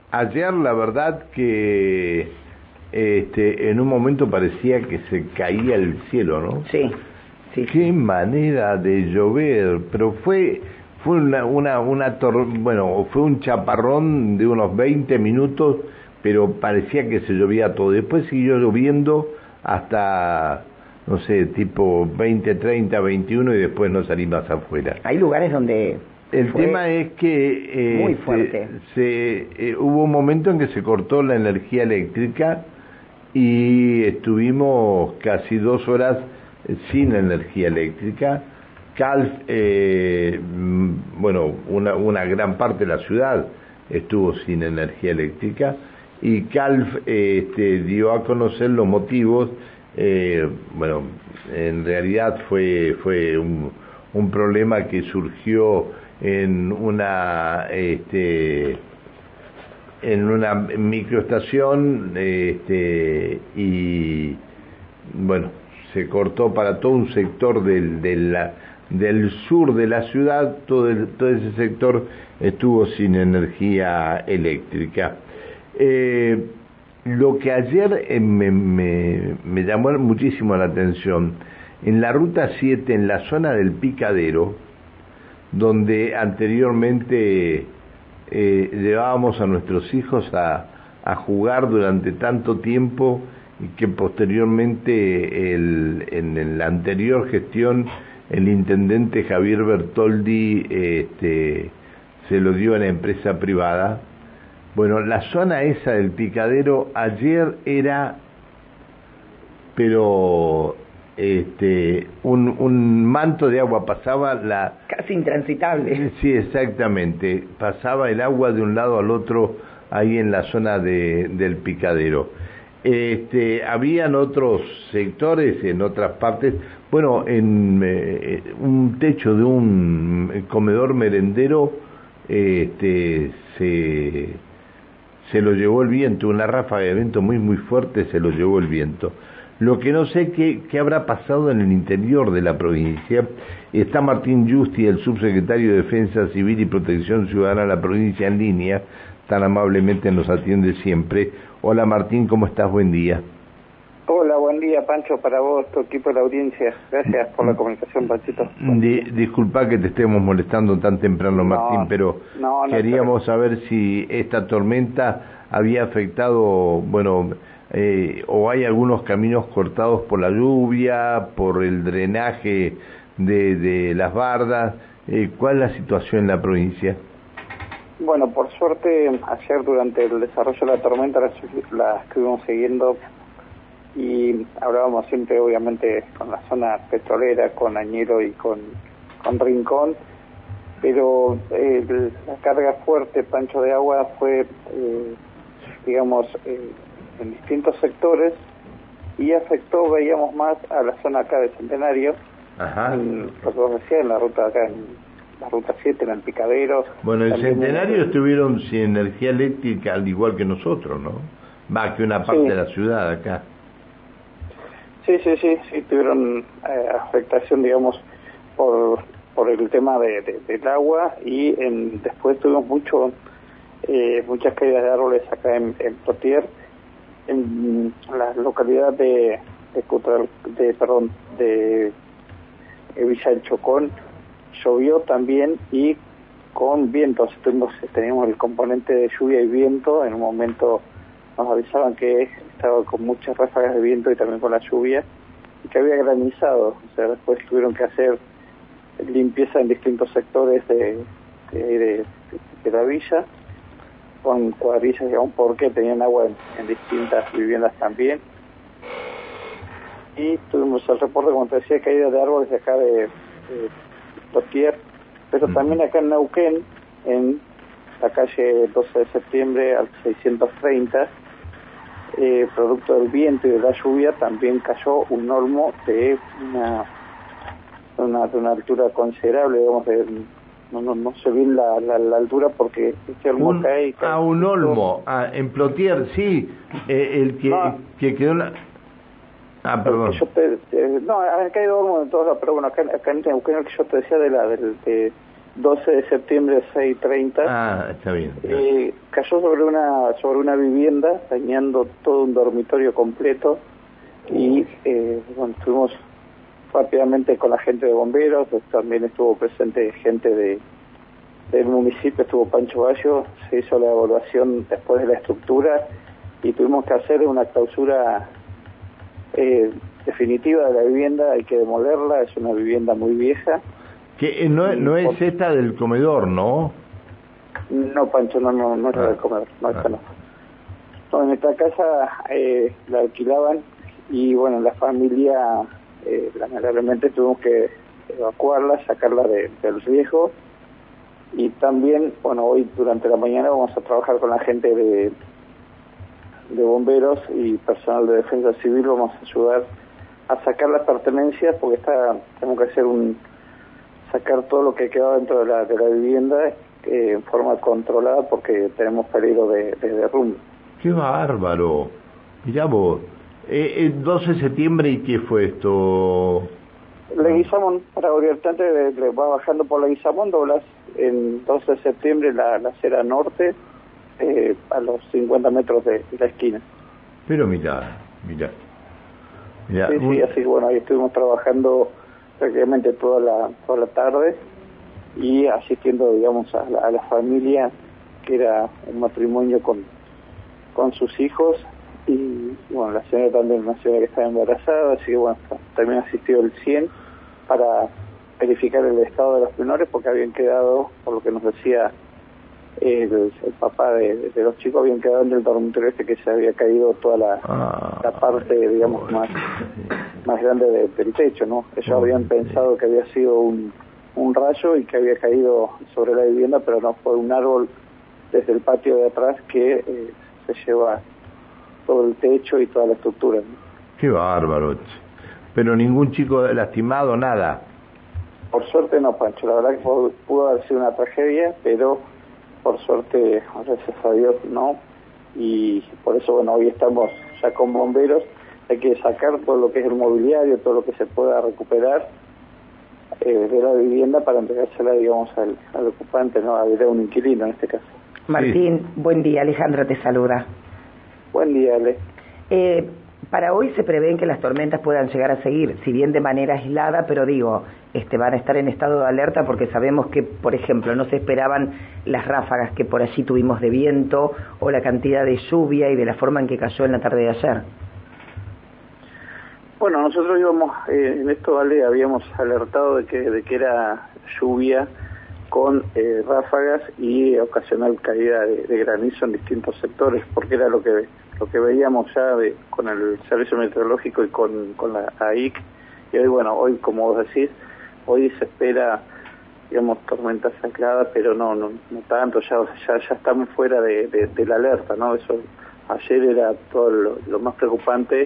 ayer la verdad que en un momento parecía que se caía el cielo, ¿no? Sí, sí. Qué manera de llover, pero fue bueno, fue un chaparrón de unos 20 minutos, pero parecía que se llovía todo. Después siguió lloviendo hasta, no sé, tipo 20, 30, 21 y después no salí más afuera. Hay lugares donde el tema es que muy fuerte. Hubo un momento en que se cortó la energía eléctrica y estuvimos casi 2 horas sin energía eléctrica. Calf, bueno, una gran parte de la ciudad estuvo sin energía eléctrica y Calf dio a conocer los motivos. Bueno, en realidad fue un problema que surgió en una microestación y bueno, se cortó para todo un sector del sur de la ciudad. Todo ese sector estuvo sin energía eléctrica. Lo que ayer me llamó muchísimo la atención, en la ruta 7, en la zona del Picadero, donde anteriormente llevábamos a nuestros hijos a jugar durante tanto tiempo, y que posteriormente en la anterior gestión el intendente Javier Bertoldi se lo dio a la empresa privada. Bueno, la zona esa del Picadero ayer era, pero un manto de agua, pasaba casi intransitable. Sí, exactamente, pasaba el agua de un lado al otro ahí en la zona del Picadero. Habían otros sectores en otras partes, bueno, en un techo de un comedor merendero se lo llevó el viento, una ráfaga de viento muy fuerte se lo llevó el viento. Lo que no sé qué habrá pasado en el interior de la provincia. Está Martín Justi, el subsecretario de Defensa Civil y Protección Ciudadana de la provincia, en línea, tan amablemente nos atiende siempre. Hola Martín, ¿cómo estás? Buen día. Hola, buen día Pancho, para vos, tu equipo de la audiencia. Gracias por la comunicación, Panchito. Disculpa que te estemos molestando tan temprano, Martín, pero queríamos saber si esta tormenta había afectado, bueno, o hay algunos caminos cortados por la lluvia, por el drenaje de las bardas. ¿Cuál es la situación en la provincia? Bueno, por suerte, ayer durante el desarrollo de la tormenta la estuvimos siguiendo y hablábamos siempre, obviamente, con la zona petrolera, con Añelo y con Rincón, pero la carga fuerte, Pancho, de agua fue, digamos, en distintos sectores y afectó, veíamos más a la zona acá de Centenario. Ajá. Lo que vos decías, en la ruta acá, en la ruta 7, en el Picadero. Bueno, en Centenario estuvieron sin energía eléctrica al igual que nosotros, ¿no? Va, que una parte de la ciudad acá. Sí, tuvieron afectación, digamos, por el tema del agua y después tuvimos muchas caídas de árboles acá en Plotier, en la localidad de Villa del Chocón. Llovió también y con vientos, teníamos el componente de lluvia y viento. En un momento nos avisaban que estaba con muchas ráfagas de viento y también con la lluvia, y que había granizado. O sea, después tuvieron que hacer limpieza en distintos sectores de la villa, con cuadrillas, digamos, porque tenían agua en distintas viviendas también. Y tuvimos el reporte, como te decía, caída de árboles de acá de Plotier, pero también acá en Neuquén, en la calle 12 de septiembre al 630, producto del viento y de la lluvia, también cayó un olmo de una altura considerable, digamos, no sé bien la altura, porque este olmo cae. Un olmo, en Plotier, sí, el que quedó la... perdón. Han caído olmos en todos lados, pero bueno, acá en Neuquén, el que yo te decía 12 de septiembre, 6:30. Ah, está bien. Cayó sobre una vivienda, dañando todo un dormitorio completo. Y bueno, estuvimos rápidamente con la gente de bomberos, también estuvo presente gente del municipio, estuvo Pancho Bayo, se hizo la evaluación después de la estructura y tuvimos que hacer una clausura definitiva de la vivienda. Hay que demolerla, es una vivienda muy vieja. Que no es esta del comedor, ¿no? No, Pancho, no es la del comedor, no, esta no. No, en esta casa la alquilaban y bueno, la familia lamentablemente tuvimos que evacuarla, sacarla del riesgo. Y también, bueno, hoy durante la mañana vamos a trabajar con la gente de bomberos y personal de defensa civil, vamos a ayudar a sacar las pertenencias porque tenemos que hacer sacar todo lo que quedaba dentro de la vivienda en forma controlada porque tenemos peligro de derrumbe. ¡Qué bárbaro! Mirá vos, el 12 de septiembre, ¿y qué fue esto? Leguizamón, para orientarte, le va bajando por Leguizamón, doblas en 12 de septiembre la acera norte, a los 50 metros de la esquina. Pero mirá. Sí, así que bueno, ahí estuvimos trabajando prácticamente toda la tarde y asistiendo, digamos, a la familia, que era un matrimonio con sus hijos, y bueno, la señora también, una señora que estaba embarazada, así que bueno, también asistió el 100 para verificar el estado de los menores, porque habían quedado, por lo que nos decía el papá de los chicos, habían quedado en el dormitorio que se había caído toda la parte, digamos, más grande del techo, ¿no? Ellos habían pensado que había sido un rayo y que había caído sobre la vivienda, pero no, fue un árbol desde el patio de atrás que se lleva todo el techo y toda la estructura, ¿no? Qué bárbaro. Pero ningún chico lastimado, nada. Por suerte no, Pancho, la verdad que pudo haber sido una tragedia, pero por suerte, gracias a Dios, no. Y por eso, bueno, hoy estamos ya con bomberos. Hay que sacar todo lo que es el mobiliario, todo lo que se pueda recuperar de la vivienda para entregársela, digamos, al ocupante, ¿no? A un inquilino en este caso. Martín, Sí. Buen día, Alejandra te saluda. Buen día, Ale. Para hoy se prevén que las tormentas puedan llegar a seguir, si bien de manera aislada, pero digo, van a estar en estado de alerta porque sabemos que, por ejemplo, no se esperaban las ráfagas que por allí tuvimos de viento o la cantidad de lluvia y de la forma en que cayó en la tarde de ayer. Bueno, nosotros íbamos, en esto, Ale, habíamos alertado de que era lluvia con ráfagas y ocasional caída de granizo en distintos sectores, porque era lo que veíamos ya con el Servicio Meteorológico y con la AIC. Y hoy, bueno, hoy, como vos decís, hoy se espera, digamos, tormentas aisladas, pero no tanto, ya estamos fuera de la alerta, ¿no? Eso ayer era todo lo más preocupante,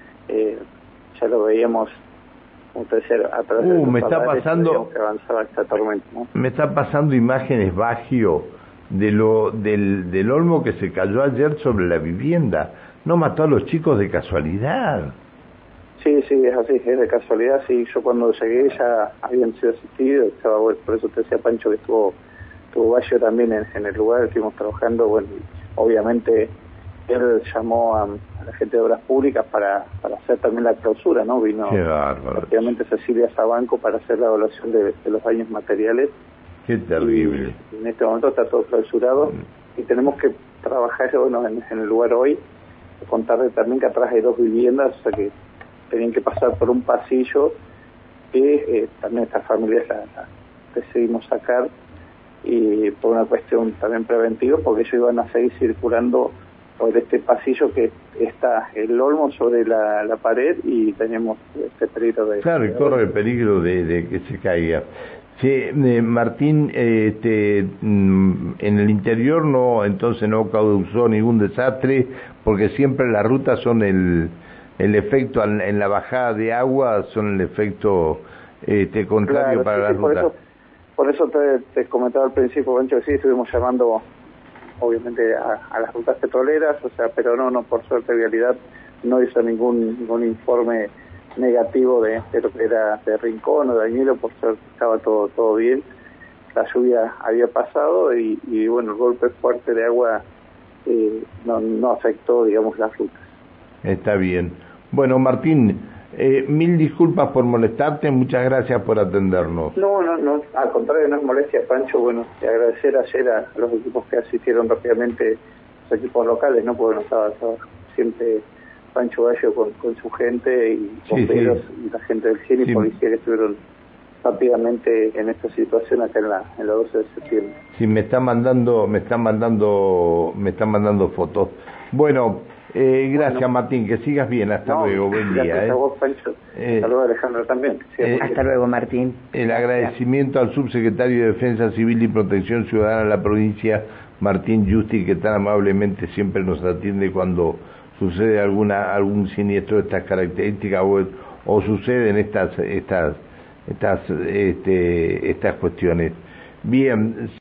ya lo veíamos, como te decía, a través de me está pasando que avanzaba esta tormenta, ¿no? Me está pasando imágenes, Bagio, del olmo que se cayó ayer sobre la vivienda. ¿No mató a los chicos de casualidad? Sí, es así, es de casualidad. Sí, yo cuando llegué ya habían sido asistidos, estaba, bueno, por eso te decía, Pancho, que estuvo Bayo también en el lugar, estuvimos trabajando. Bueno, obviamente él llamó a la gente de Obras Públicas para hacer también la clausura, ¿no? Vino prácticamente Cecilia Sabanco para hacer la evaluación de los daños materiales. Qué terrible. Y en este momento está todo clausurado y tenemos que trabajar, bueno, en el lugar hoy. Contarle también que atrás hay 2 viviendas, o sea que tenían que pasar por un pasillo que también estas familias la decidimos sacar, y por una cuestión también preventiva, porque ellos iban a seguir circulando por este pasillo que está el olmo sobre la pared y tenemos este peligro de... Claro, y corre el peligro de que se caiga. Sí, Martín, en el interior entonces no causó ningún desastre, porque siempre las rutas son el efecto en la bajada de agua, son el efecto contrario, claro, para las rutas. Por eso te comentaba al principio, Pancho, que sí, estuvimos llamando obviamente a las rutas petroleras, o sea, pero no, por suerte Vialidad no hizo ningún informe negativo de lo que era de Rincón o de Añelo, por suerte estaba todo bien. la lluvia había pasado y bueno, el golpe fuerte de agua no afectó, digamos, las rutas. Está bien. Bueno, Martín, mil disculpas por molestarte, muchas gracias por atendernos. No, al contrario, no es molestia, Pancho. Bueno, agradecer ayer a los equipos que asistieron rápidamente, los equipos locales, ¿no? Porque no estaba siempre Pancho Gallo con su gente y bomberos y la gente del CIEN y policía que estuvieron rápidamente en esta situación acá en la 12 de septiembre. Sí, me están mandando fotos. Bueno, gracias Martín, que sigas bien, hasta luego, buen día. Gracias a vos, Pancho. Hasta luego, Alejandro, también. Hasta luego, Martín. El agradecimiento al subsecretario de Defensa Civil y Protección Ciudadana de la provincia, Martín Justi, que tan amablemente siempre nos atiende cuando sucede algún siniestro de estas características o suceden estas cuestiones. Bien.